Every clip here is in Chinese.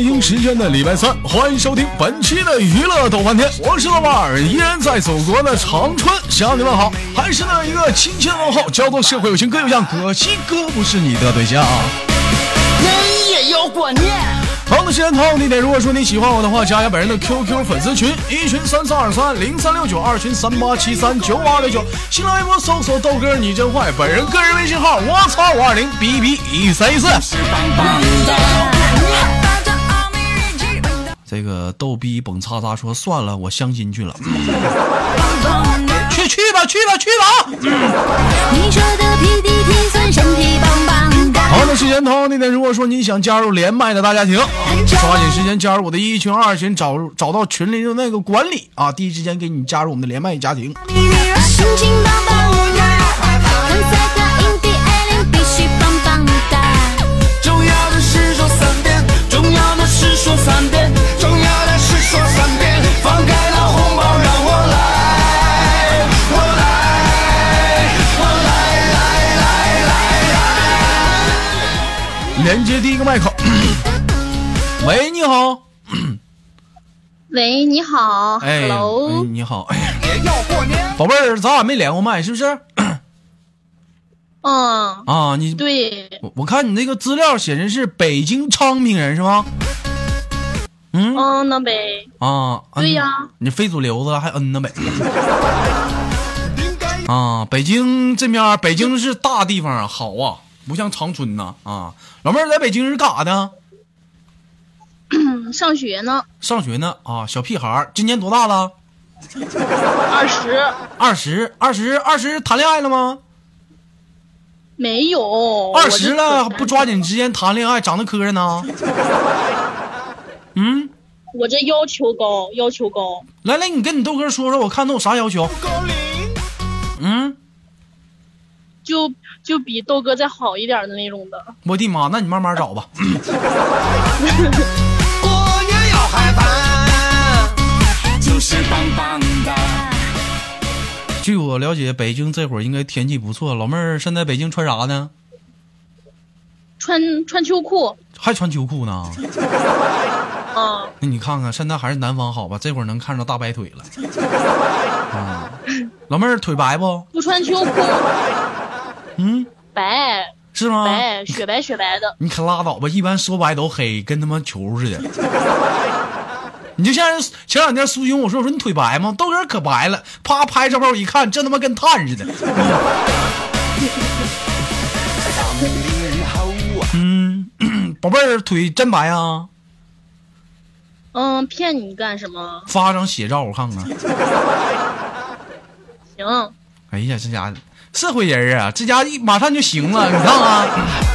迎时间的礼拜三，欢迎收听本期的娱乐逗翻天，我是老板，依然在祖国的长春向你们好，还是那一个亲切问候，叫做社会有情哥有样，可惜哥不是你的对象。 人也有观念。 同样的时间同样地点，如果说你喜欢我的话，加一下本人的 QQ 粉丝群，一群33230369，二群38739269，新浪微博搜索豆哥你真坏，本人个人微信号我操520 BB134。这个逗逼蹦擦擦说算了，我相亲去了。去吧。你说的 PDT 算身体棒棒的。好的时间同样地点，如果说你想加入连麦的大家庭，抓紧时间加入我的一群二群，找到群里的那个管理啊，第一时间给你加入我们的连麦家庭。心情棒棒的，跟赛特印第爱恋必须棒棒的。 重要的是说三遍，重要的是说三遍，重要的是说三遍，放开了红包让我来。 连接第一个麦克。喂，你好。 喂，你好。 哎 Hello， 你好。宝贝儿，咱俩没连过麦，是不是？啊，你对， 我看你那个资料显示是北京昌平人是吗？ 那呗。 啊， 对呀。 你非主流子了还那呗。啊，北京这面，北京是大地方啊，好啊，不像长春呐啊。老妹儿在北京是干啥的？ 上学呢。 上学呢啊，小屁孩，今年多大了？20，谈恋爱了吗？ 没有。 20了不抓紧时间谈恋爱，长得磕碜呢？ 我这要求高。 来，你跟你豆哥说说，我看他有啥要求？ 就比豆哥再好一点的那种的。 我的妈，那你慢慢找吧。 我也要害怕，就是棒棒的。 据我了解，北京这会儿应该天气不错。老妹儿现在北京穿啥呢？ 穿秋裤。 还穿秋裤呢？ 啊， 那你看看，现在还是南方好吧？这会儿能看着大白腿了。啊，老妹儿腿白不？ 不穿秋裤。白是吗？ 白，雪白的。 你可拉倒吧，一般说白都黑，跟他妈球似的。你就像前两天苏兄我说你腿白吗？豆哥可白了，啪拍照片一看，这他妈跟炭似的。宝贝儿腿真白啊？ 骗你干什么？ 发张写照我看看。 行。 哎呀，这家社会人啊，这家马上就行了，你看看，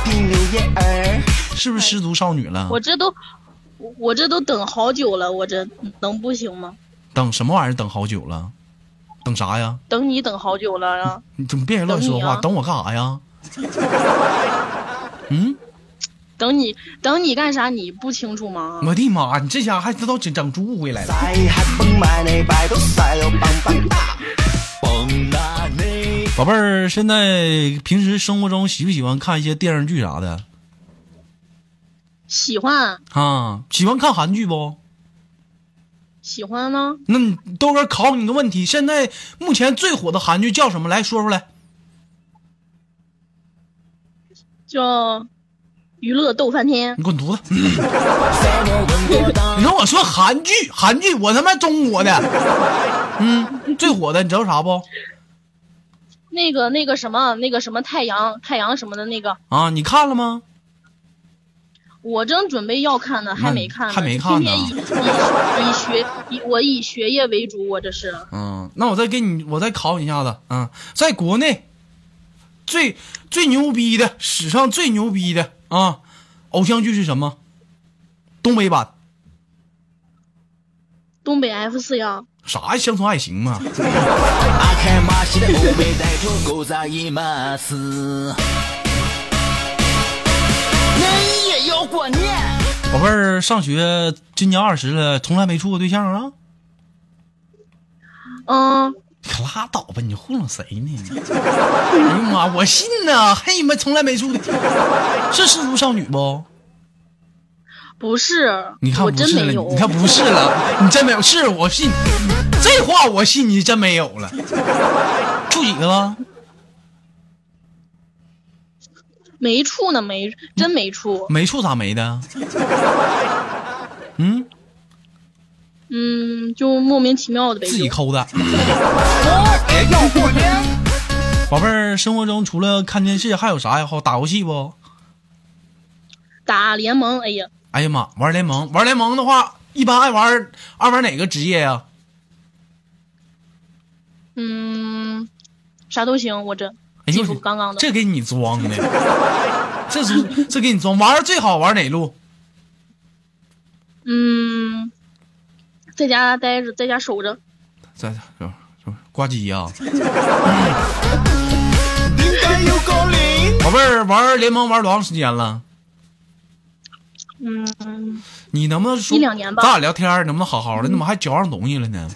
是不是失足少女了？ 我这都等好久了，我这能不行吗？ 等什么玩意儿？等好久了？等啥呀？ 等你等好久了呀！ 你怎么别乱说话？等我干啥呀？ 等你干啥？你不清楚吗？ 我的妈！你这家还知道整出误会来了。宝贝儿，现在平时生活中喜不喜欢看一些电视剧啥的？ 喜欢啊，喜欢看韩剧不？ 喜欢呢。 那你豆哥考你个问题，现在目前最火的韩剧叫什么？来说出来。 叫娱乐逗翻天。 你滚犊子！你说我说韩剧，我他妈中国的。最火的你知道啥不？ 那个什么太阳什么的那个啊，你看了吗？ 我正准备要看呢，还没看呢。 天天以学业为主，我这是。 那我再考你一下子。在国内最牛逼的，史上最牛逼的偶像剧是什么？东北版。 东北 F4呀。 啥乡村爱情嘛？ 人也有观念。 宝贝儿，上学今年20了，从来没处过对象啊？可拉倒吧，你糊弄谁呢？哎呀妈，我信呐！嘿妈，从来没处的，是失足少女不？ 不是， 你看我不是了， 真没有。 你看不是了，你真没有，是我信，这话我信你真没有了。处几个了？ 没处呢，真没处。 没处咋没的？ 就莫名其妙的呗。 自己抠的。宝贝儿，生活中除了看电视还有啥爱好？打游戏不？ 打联盟，哎呀妈，玩联盟，玩联盟的话，一般爱玩哪个职业呀？ 啥都行，我这技术杠杠的。 这给你装的，这给你装。玩最好玩哪路？ 在家待着，在家守着。 在挂机呀。宝贝儿，玩联盟玩多长时间了？你能不能说 1-2年吧？ 咱俩聊天能不能好好的？你怎么还嚼上东西了呢？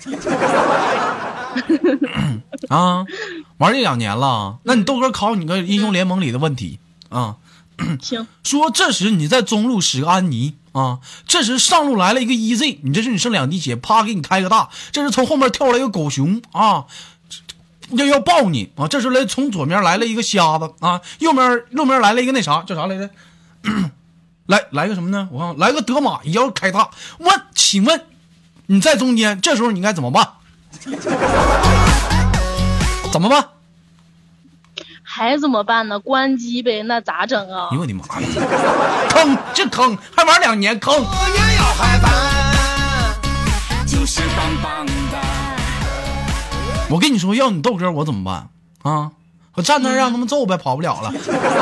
啊，玩1-2年了，那你豆哥考你个英雄联盟里的问题啊。 行。 说这时你在中路使个安妮啊，这时上路来了一个 EZ， 你这是你剩2滴血，啪给你开个大，这时从后面跳来一个狗熊啊。要抱你啊！这时候从左面来了一个瞎子啊，右面来了一个那啥叫啥来着？来个什么呢？我看来个德玛，也要开大。请问你在中间，这时候你该怎么办？怎么办？ 还怎么办呢？关机呗，那咋整啊？ 哎呦我的妈呀！坑，这坑还玩2年坑。我跟你说，要你豆哥我怎么办啊？我站那让他们揍呗，跑不了了。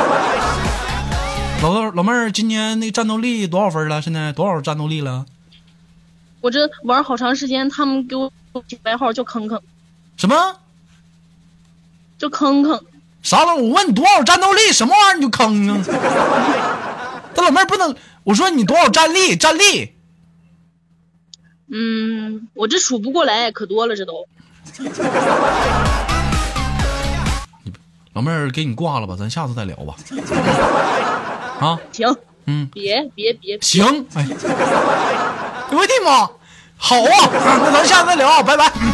老妹儿，今年那个战斗力多少分了？现在多少战斗力了？ 我这玩好长时间，他们给我起外号叫坑坑。 什么？ 就坑坑。 啥了？我问你多少战斗力？什么玩意儿你就坑啊？这老妹儿不能，我说你多少战力？ 我这数不过来，可多了，这都。 老妹儿，给你挂了吧，咱下次再聊吧。啊， 行，别， 行，哎，我的妈，好啊，那咱下次再聊，拜拜。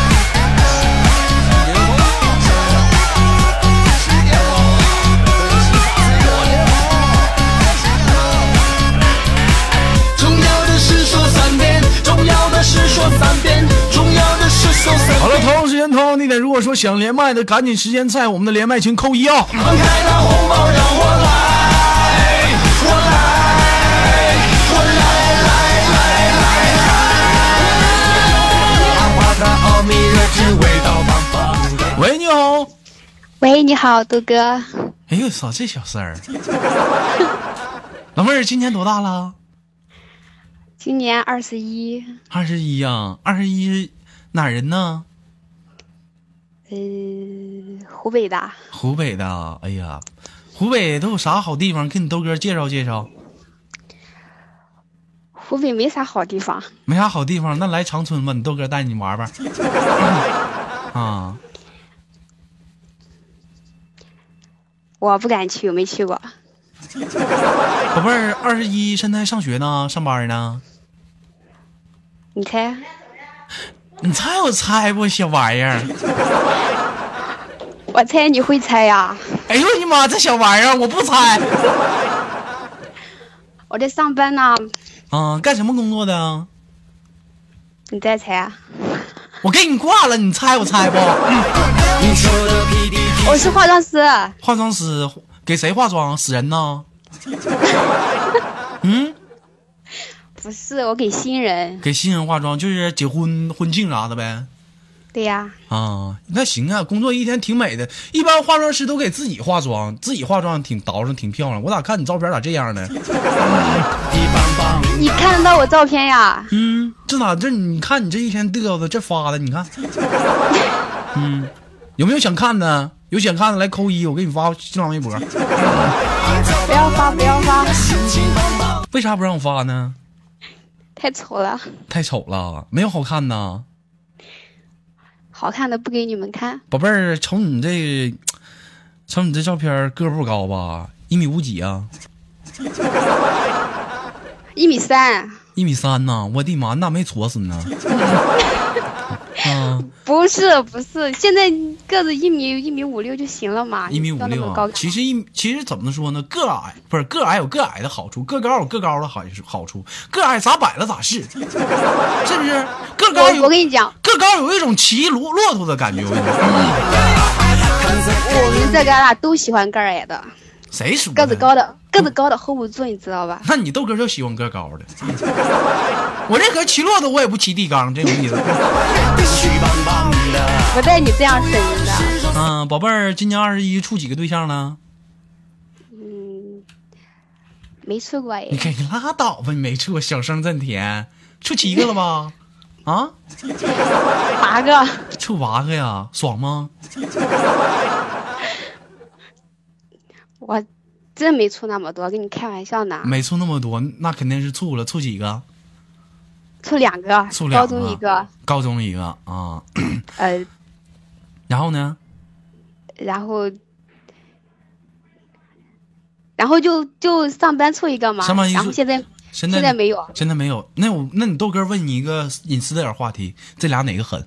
好了，同样时间同样地点，如果说想连麦的，赶紧时间在我们的连麦群扣1啊。喂，你好。 喂，你好，豆哥。 哎呦操，这小声儿。老妹儿今年多大了？ 今年21。 21呀，21是哪人呢？ 湖北的。 湖北的，哎呀，湖北都有啥好地方？给你豆哥介绍介绍。 湖北没啥好地方。 没啥好地方，那来长春吧，你豆哥带你玩玩。啊。 我不敢去，我没去过。 宝贝儿，21现在上学呢，上班呢？ 你猜？ 你猜我猜不，小玩意儿。 我猜你会猜呀。 哎呦我的妈，这小玩意儿我不猜。 我在上班呢。 啊，干什么工作的？ 你再猜啊。 我给你挂了，你猜我猜不？ 我是化妆师。 化妆师给谁化妆？死人呢？ 不是，我给新人。 给新人化妆，就是结婚婚庆啥的呗。 对呀。 啊，那行啊，工作一天挺美的。一般化妆师都给自己化妆，自己化妆挺捯饬，挺漂亮。我咋看你照片咋这样呢？ 你看得到我照片呀？ 这咋这？你看你这一天嘚瑟这发的，你看。有没有想看的？有想看的来扣1，我给你发新浪微博。 不要发，不要发。 为啥不让我发呢？ 太丑了。 太丑了，没有好看的。 好看的不给你们看。 宝贝儿，瞅你这照片，个不高吧？1米5几啊 1.3米。 1.3米呢？我的妈，那没戳死呢。 不是，现在个子1.56米就行了嘛。 1.56米啊。其实怎么说呢？个矮不是个矮有个矮的好处，个高有个高的好处。个矮咋摆了咋是，是不是？个高我跟你讲， 个高有一种骑骆驼的感觉。我们这旮旯都喜欢个矮的。 谁说个子高的 hold 不住，你知道吧？ 那你豆哥就喜欢个高的。我这可骑骆驼，我也不骑地缸，这种意思。 不带你这样损人的。 宝贝儿，今年21，处几个对象了？ 没处过哎。 你可以拉倒吧，你没处过，小声真甜。处7个了吧？啊 ？8个。 处8个呀，爽吗？ 我真没处那么多，跟你开玩笑呢。 没处那么多，那肯定是处了。处几个？ 处2个，高中一个。 高中一个啊。然后呢？ 然后就上班处一个嘛。然后现在没有。 现在没有。那你豆哥问你一个隐私点话题，这俩哪个狠？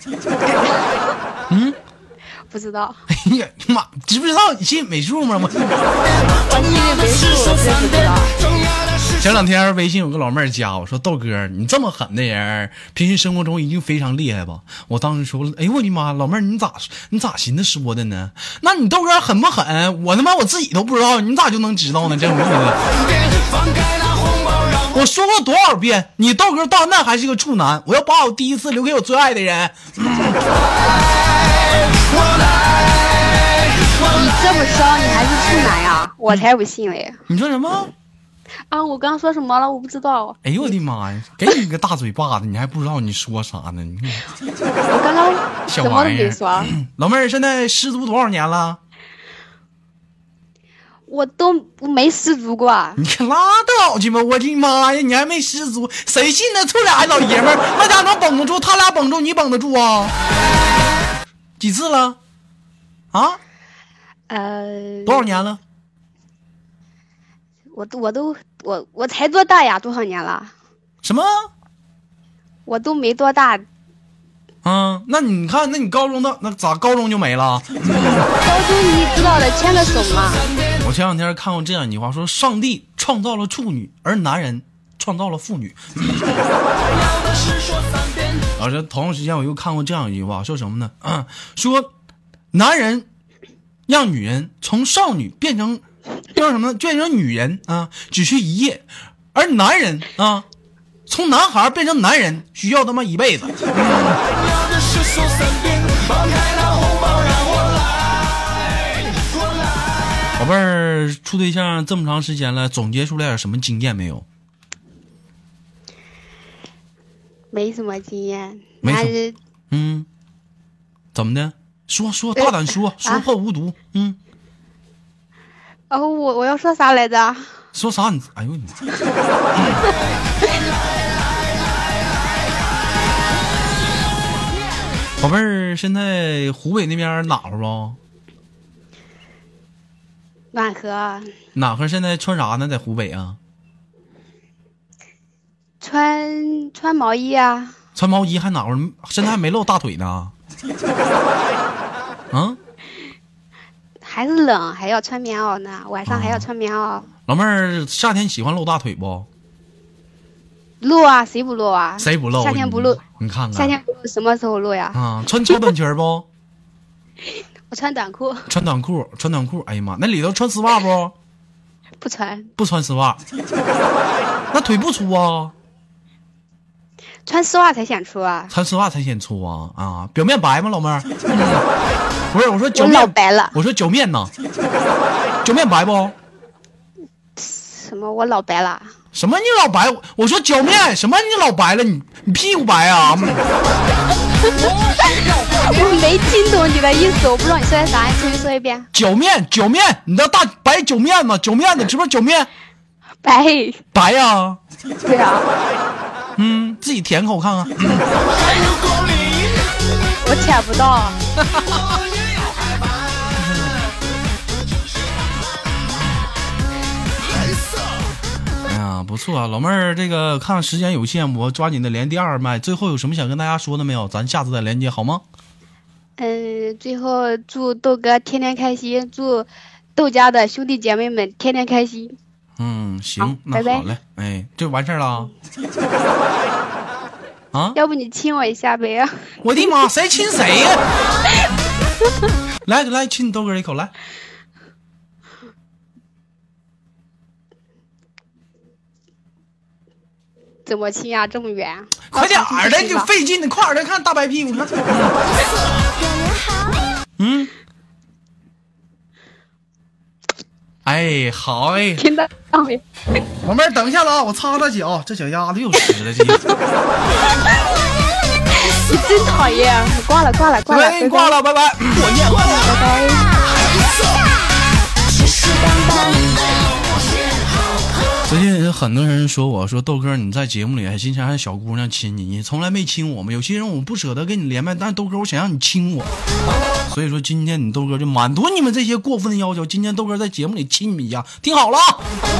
不知道。 哎呀妈，知不知道你心里没数吗？我心里没数，我真不知道。 前2天微信有个老妹儿加我说，豆哥你这么狠的人，平时生活中已经非常厉害吧？我当时说了，哎呦我的妈，老妹儿你咋寻思说的呢？那你豆哥狠不狠？我他妈我自己都不知道，你咋就能知道呢？这种意思。我说过多少遍，你豆哥到那还是个处男，我要把我第一次留给我最爱的人。 你这么骚，你还是处男呀？我才不信嘞！ 你说什么？ 啊，我刚说什么了？我不知道。 哎呦我的妈呀！给你一个大嘴巴子，你还不知道你说啥呢？你看， 我刚刚什么都没说。 老妹儿现在失足多少年了？ 我都没失足过。 你可拉倒去吧！我的妈呀，你还没失足？谁信呢？处俩老爷们儿，那家能绷得住？他俩绷住，你绷得住啊？几次了？啊？多少年了？ 我才多大呀？多少年了？ 什么？ 我都没多大。 那你看，那你高中那咋高中就没了？高中你知道的，牵个手嘛。 我前2天看过这样一句话，说上帝创造了处女，而男人创造了妇女。而且同时间我又看过这样一句话，说什么呢？说男人让女人从少女变成什么呢？变成女人啊，只需1夜，而男人啊，从男孩变成男人需要他妈1辈子。宝贝儿，处对象这么长时间了，总结出来点什么经验没有？ 没什么经验。 没什么。怎么的？说大胆说，说破无毒。 我要说啥来着？ 说啥你？哎呦你！宝贝儿，现在湖北那边哪会儿不？ 暖和。 暖和现在穿啥呢？在湖北啊？ 穿毛衣啊。 穿毛衣还哪会儿？现在还没露大腿呢。 还是冷，还要穿棉袄呢。晚上还要穿棉袄。 老妹儿，夏天喜欢露大腿不？ 露啊，谁不露啊？ 谁不露？ 夏天不露。 你看看。 夏天不露，什么时候露呀？ 穿超短裙不？ 我穿短裤。 穿短裤。哎呀妈，那里头穿丝袜不？ 不穿。 不穿丝袜。那腿不粗啊？ 穿丝袜才显粗啊。 穿丝袜才显粗啊！表面白吗，老妹儿？不是，我说脚面。 我老白了。 我说脚面呢？脚面白不？ 什么？我老白了？ 什么你老白？我说脚面，什么你老白了？你屁股白啊？ 我没听懂你的意思，我不知道你说的啥，你重新说一遍。 脚面，你的大白脚面吗？脚面的，是不是脚面？ 白呀。 对啊。 自己舔口看看。 我舔不到。 哎呀， 啊，不错啊，老妹儿，这个看时间有限，我抓紧的连第二麦。最后有什么想跟大家说的没有？咱下次再连接好吗？ 最后祝豆哥天天开心，祝豆家的兄弟姐妹们天天开心。 行，那好嘞，哎，就完事儿了。啊， 要不你亲我一下呗？ 我的妈，谁亲谁呀？来，亲你豆哥一口，来。 怎么亲呀？这么远？ 快点儿的，就费劲的，快点的，看大白屁股，看。哎，好哎， 听到没？ 老妹儿，等一下子啊，我擦擦脚，这脚丫子又湿了，这。 你真讨厌！挂了，挂了， 拜拜。我念话了，拜拜。最近很多人说我说豆哥你在节目里还经常让小姑娘亲你，你从来没亲我们。有些人我不舍得跟你连麦，但是豆哥我想让你亲我，所以说今天你豆哥就满足你们这些过分的要求，今天豆哥在节目里亲你们一下，听好了。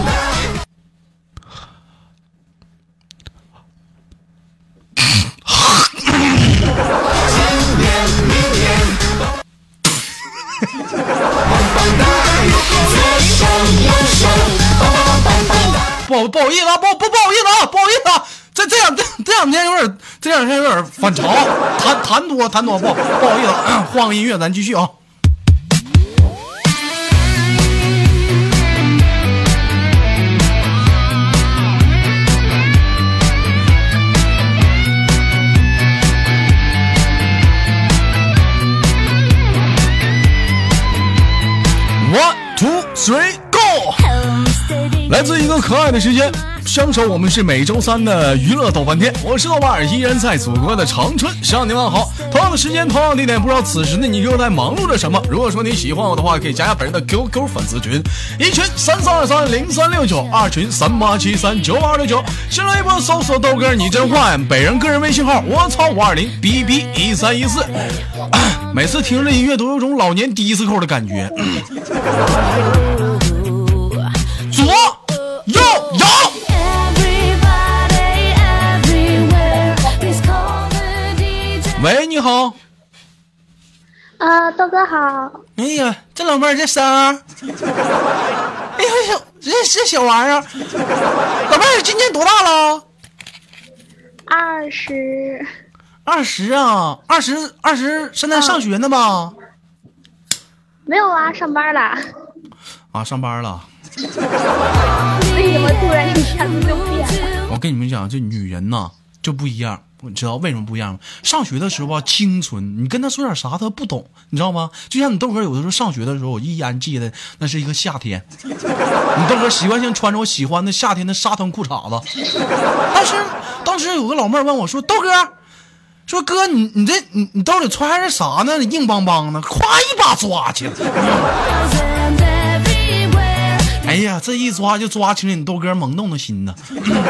不好意思啊，不好意思啊，这两天有点反潮，谈多不好意思，换个音乐咱继续啊。One, two, three, go！ 来自一个可爱的时间，相守我们是每周三的娱乐逗翻天，我是豆瓣儿，依然在祖国的长春向你问好。同样的时间，同样的地点，不知道此时的你又在忙碌着什么？如果说你喜欢我的话，可以加下本人的 QQ 粉丝群，一群33230369，二群38739269，新浪微博搜索豆哥你真坏，本人个人微信号我操520 BB1314。每次听着音乐都有种老年迪斯科的感觉。左右摇。喂，你好。 豆哥好。 哎呀，这老妹儿这声儿，哎呀，这小玩意儿，老妹儿今年多大了 ？20 啊，20，现在上学呢吧？ 没有啊，上班了。 啊，上班了。 为什么突然一下子就变了？ 我跟你们讲，这女人呐就不一样，你知道为什么不一样吗？上学的时候吧，清纯，你跟她说点啥她不懂，你知道吗？就像你豆哥有的时候上学的时候，我依然记得那是一个夏天，你豆哥习惯性穿着我喜欢的夏天的沙滩裤衩子。但是当时有个老妹儿问我说：“豆哥。”说哥，你兜里揣着啥呢？硬邦邦的，咵一把抓去了。哎呀，这一抓就抓起了你豆哥萌动的心呢。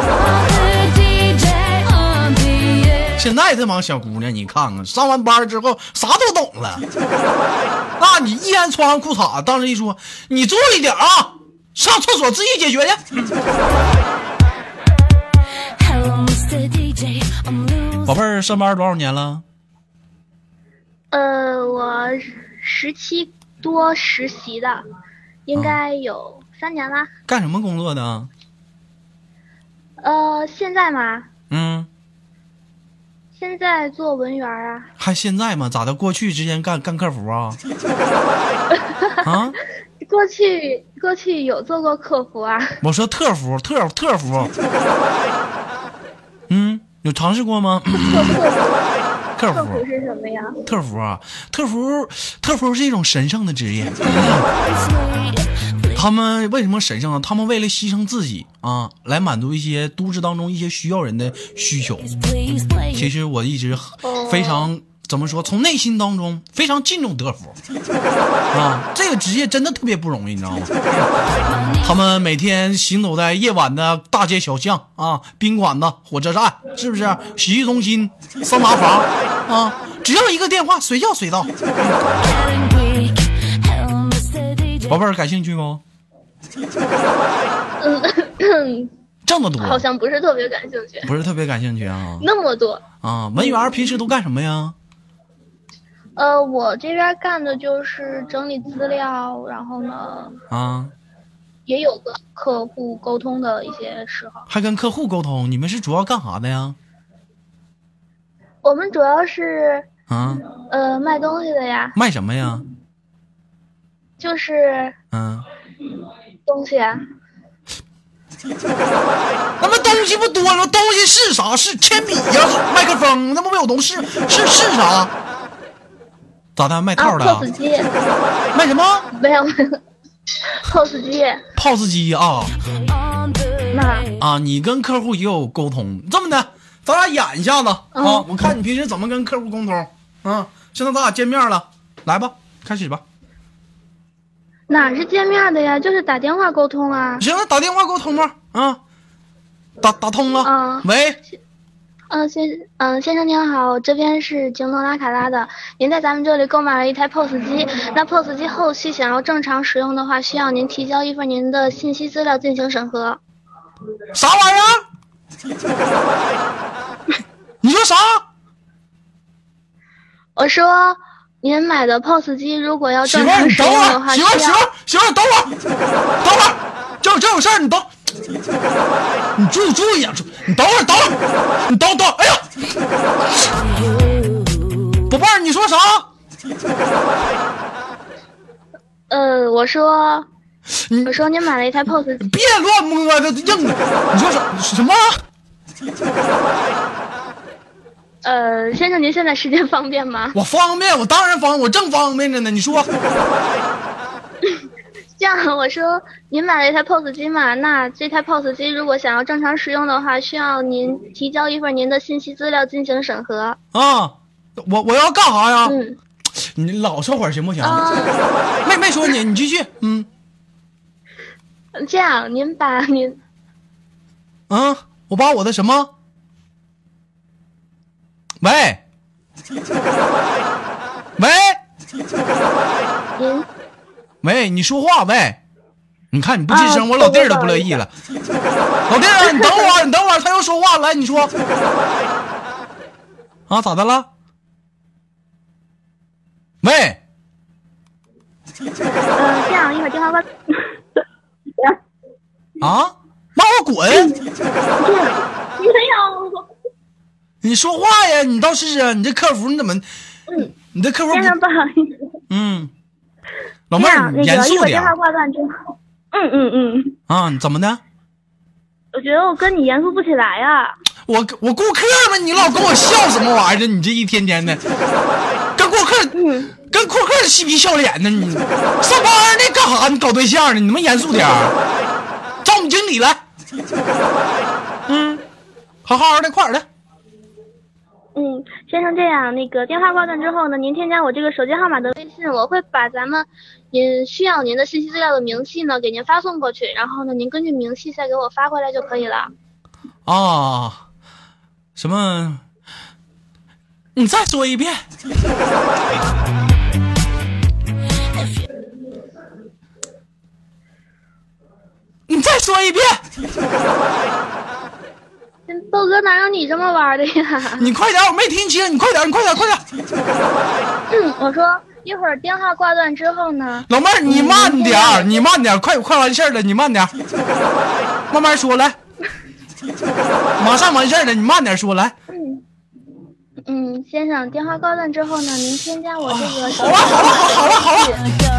现在这帮小姑娘，你看看，上完班之后啥都懂了。那你依然穿上裤衩，当时一说，你注意点啊，上厕所自己解决去。宝贝儿，上班多少年了？ 我17多实习的，应该有3年了。 干什么工作的？ 现在吗？现在做文员啊。 还现在吗？咋的？过去之前干客服啊？啊？ 过去有做过客服啊。 我说特服。有尝试过吗？特服是什么呀？ 特服啊，特服是一种神圣的职业。他们为什么神圣呢？他们为了牺牲自己啊，来满足一些都市当中一些需要人的需求。其实我一直非常怎么说，从内心当中非常敬重德福啊，这个职业真的特别不容易，你知道吗？他们每天行走在夜晚的大街小巷啊，宾馆的火车站，是不是？洗浴中心、桑拿房啊，只要一个电话，随叫随到。宝贝儿，感兴趣吗？ 这么多？ 好像不是特别感兴趣。 不是特别感兴趣啊？ 那么多啊！文员平时都干什么呀？ 我这边干的就是整理资料，然后呢，也有跟客户沟通的一些时候。 还跟客户沟通？你们是主要干啥的呀？ 我们主要是卖东西的呀。 卖什么呀？ 就是东西啊。 那么东西不多了，东西是啥？是铅笔呀，是麦克风，那不有东西是啥？咋的？卖套的 ？POS 机。 卖什么？ 没有，POS 机。 POS 机啊。 那你跟客户也有沟通，这么的，咱俩演一下子啊！我看你平时怎么跟客户沟通啊！现在咱俩见面了，来吧，开始吧。 哪是见面的呀？就是打电话沟通啊。 行了，打电话沟通吧。打通了。喂。 先生您好，这边是京东拉卡拉的。您在咱们这里购买了一台 POS 机，那 POS 机后期想要正常使用的话，需要您提交一份您的信息资料进行审核。 啥玩意儿？你说啥？ 我说您买的 POS 机如果要正常使用的话， 媳妇儿，等会儿，这有事儿，你等。你注意啊！你等会儿，你等，哎呀，宝贝儿，你说啥？ 我说您买了一台 POS 机。 别乱摸，这硬的。你说什么？ 先生，您现在时间方便吗？ 我方便，我当然方便，我正方便着呢。你说。 这样，我说您买了一台 POS 机嘛，那这台 POS 机如果想要正常使用的话，需要您提交一份您的信息资料进行审核。 我要干啥呀？你老说会儿行不行？没说你继续。 这样，您把您我把我的什么？喂。喂，你说话喂！你看你不吱声，我老弟儿都不乐意了。老弟儿，你等会儿，他又说话了，来你说。咋的了？喂。 这样一会儿电话挂。 骂我滚！你说话呀！你倒是啊！你这客服你怎么？你这客服先生不好意思。 老妹儿，严肃点。 电话挂断之后， 怎么的？ 我觉得我跟你严肃不起来呀。 我顾客嘛，你老跟我笑什么玩意儿？你这一天天的，跟顾客嬉皮笑脸的，你上班呢干啥？你搞对象呢？你他妈严肃点儿。找我们经理来。好好的，快点的。 先生，这样电话挂断之后呢，您添加我这个手机号码的微信，我会把咱们需要您的信息资料的明细呢给您发送过去，然后呢您根据明细再给我发回来就可以了。 什么？你再说一遍。你再说一遍。 豆哥哪让你这么玩的呀？ 你快点，我没听清，你快点。 我说一会儿电话挂断之后呢， 老妹儿你慢点，快完事儿了，你慢点，慢慢说来，马上完事儿了，你慢点说来。 先生，电话挂断之后呢，您添加我这个。 好了。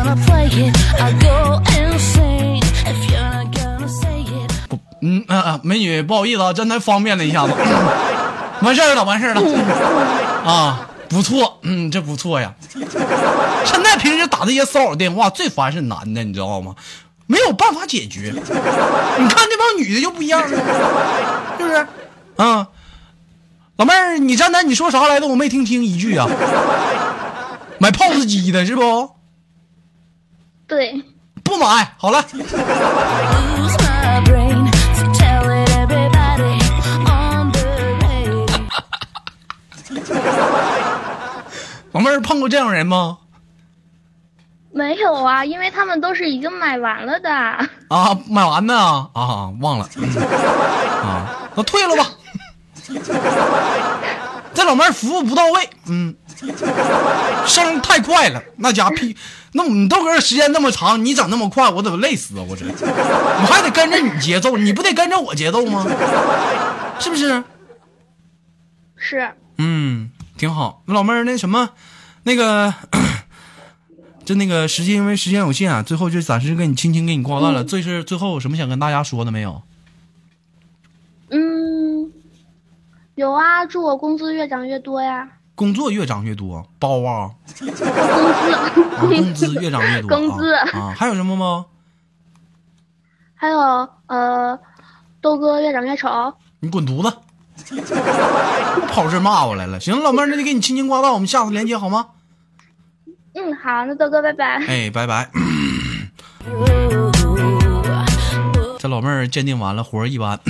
美女，不好意思啊，真太方便了一下子。完事儿了。不错，这不错呀。现在平时打这些骚扰电话最烦是男的，你知道吗？没有办法解决。你看这帮女的就不一样了，是不是？老妹儿，你刚才你说啥来的？我没听一句啊。买 POS 机的是不？ 对。 不买，好了。老妹儿碰过这样人吗？ 没有啊，因为他们都是已经买完了的。 啊，买完呢啊，忘了啊，那退了吧。这老妹儿服务不到位，升太快了，那家屁，那你豆哥时间那么长，你整那么快，我怎么累死啊？我这，我还得跟着你节奏，你不得跟着我节奏吗？是不是？ 是。 挺好。那老妹儿，那什么，那个，就那个时间，因为时间有限啊，最后就暂时给你轻轻给你挂断了。最后有什么想跟大家说的没有？ 有啊，祝我工资越涨越多呀！ 工作越涨越多，包啊！工资越涨越多， 工资啊，还有什么吗？ 还有豆哥越长越丑。 你滚犊子！跑这骂我来了。行，老妹儿，那就给你轻轻挂断，我们下次连接好吗？ 好，那豆哥拜拜。 哎，拜拜。这老妹儿鉴定完了，活儿一般。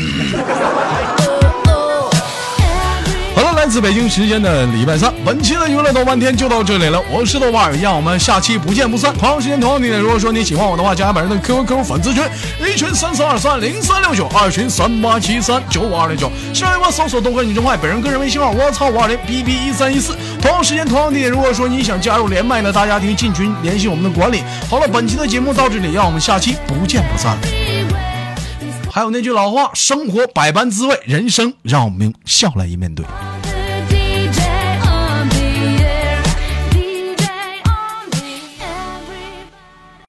好了，来自北京时间的礼拜三，本期的娱乐豆瓣天就到这里了。我是豆瓣，让我们下期不见不散。同样时间同样地点，如果说你喜欢我的话，加本人的 QQ 粉丝群，1群33230369，2群38739529，上一波搜索豆哥你真坏，本人个人微信号我操520 BB1314。同样时间同样地点，如果说你想加入连麦的大家庭，进群联系我们的管理。好了，本期的节目到这里，让我们下期不见不散。还有那句老话，生活百般滋味，人生让我们笑来面对。